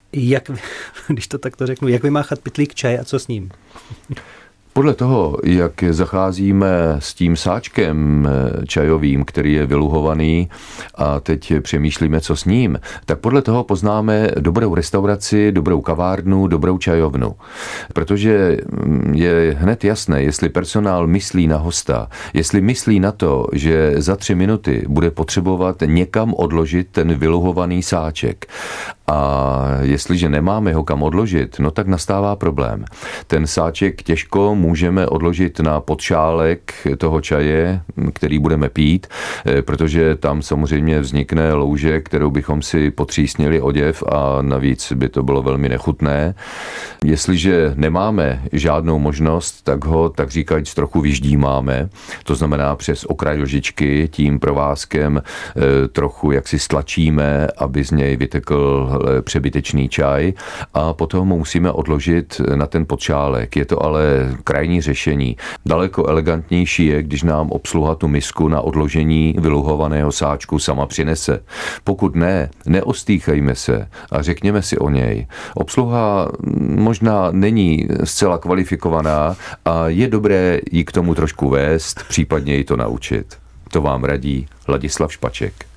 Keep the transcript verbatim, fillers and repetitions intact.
Jak, když to takto řeknu, jak vymáchat pytlík čaje a co s ním? Podle toho, jak zacházíme s tím sáčkem čajovým, který je vyluhovaný a teď přemýšlíme, co s ním, tak podle toho poznáme dobrou restauraci, dobrou kavárnu, dobrou čajovnu. Protože je hned jasné, jestli personál myslí na hosta, jestli myslí na to, že za tři minuty bude potřebovat někam odložit ten vyluhovaný sáček. A jestliže nemáme ho kam odložit, no tak nastává problém. Ten sáček těžko můžeme odložit na podšálek toho čaje, který budeme pít, protože tam samozřejmě vznikne louže, kterou bychom si potřísnili oděv a navíc by to bylo velmi nechutné. Jestliže nemáme žádnou možnost, tak ho, tak říkajíc, trochu vyždímáme, to znamená přes okraj lžičky, tím provázkem trochu jaksi stlačíme, aby z něj vytekl přebytečný čaj a potom ho musíme odložit na ten podšálek. Je to ale krajní řešení. Daleko elegantnější je, když nám obsluha tu misku na odložení vyluhovaného sáčku sama přinese. Pokud ne, neostýchejme se a řekněme si o něj. Obsluha možná není zcela kvalifikovaná a je dobré ji k tomu trošku vést, případně ji to naučit. To vám radí Ladislav Špaček.